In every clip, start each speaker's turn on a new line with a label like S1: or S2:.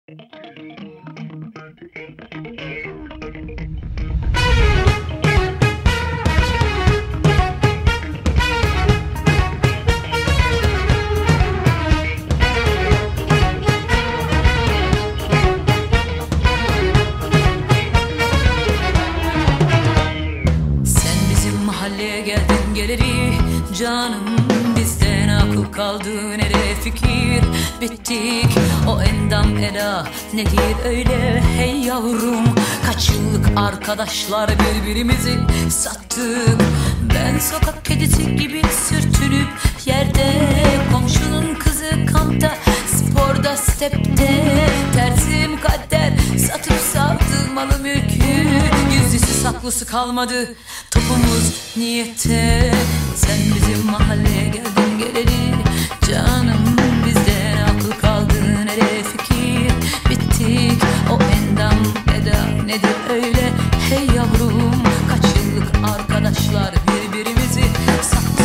S1: Mahalleye geldin geleli canım, bizden akıl kaldı nereye fikir, bittik o endam ela nedir öyle hey yavrum. Kaç yıllık arkadaşlar birbirimizi sattık, ben sokak kedisi gibi sürtünüp yerde, komşunun kızı kampta sporda stepte, tersim kader satıp savdı malı mülkü, gizlisi saklısı kalmadı topumuz niyette. Sen bizim mahalleye geldin geleli canım, bizden akıl kaldı nereye fikir, bittik o endam eda nedir öyle hey yavrum. Kaç yıllık arkadaşlar birbirimizi sattık.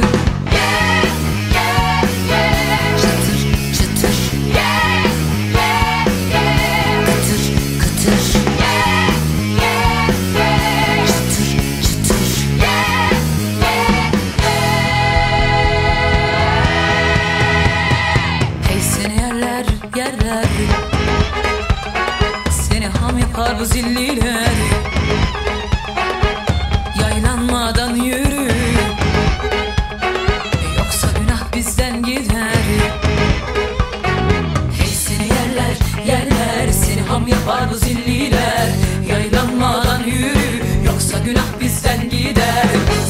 S1: Yerler seni ham yapar bu zilliler, yaylanmadan yürü yoksa günah bizden gider. Hey seni yerler seni ham yapar bu zilliler, yaylanmadan yürü yoksa günah bizden gider.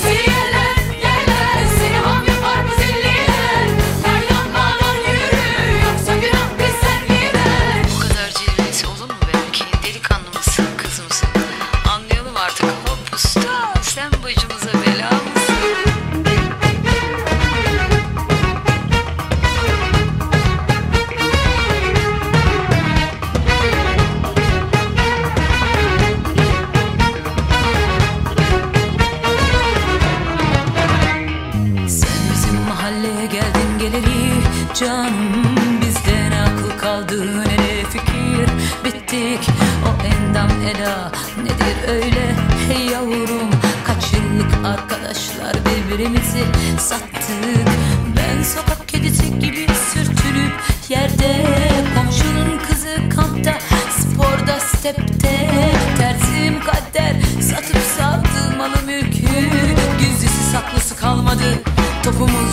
S1: Sen başımıza bela mısın? Sen bizim mahalleye geldin geleli canım, bizden akıl kaldı nereye fikir, bittik o endam ela nedir öyle hey yavrum. Kaç yıllık arkadaşlar birbirimizi sattık, ben sokak kedisi gibi sürtünüp yerde, komşunun kızı kampta sporda stepte, tersim kader satıp savdı malı mülkü, gizlisi saklısı kalmadı topumuz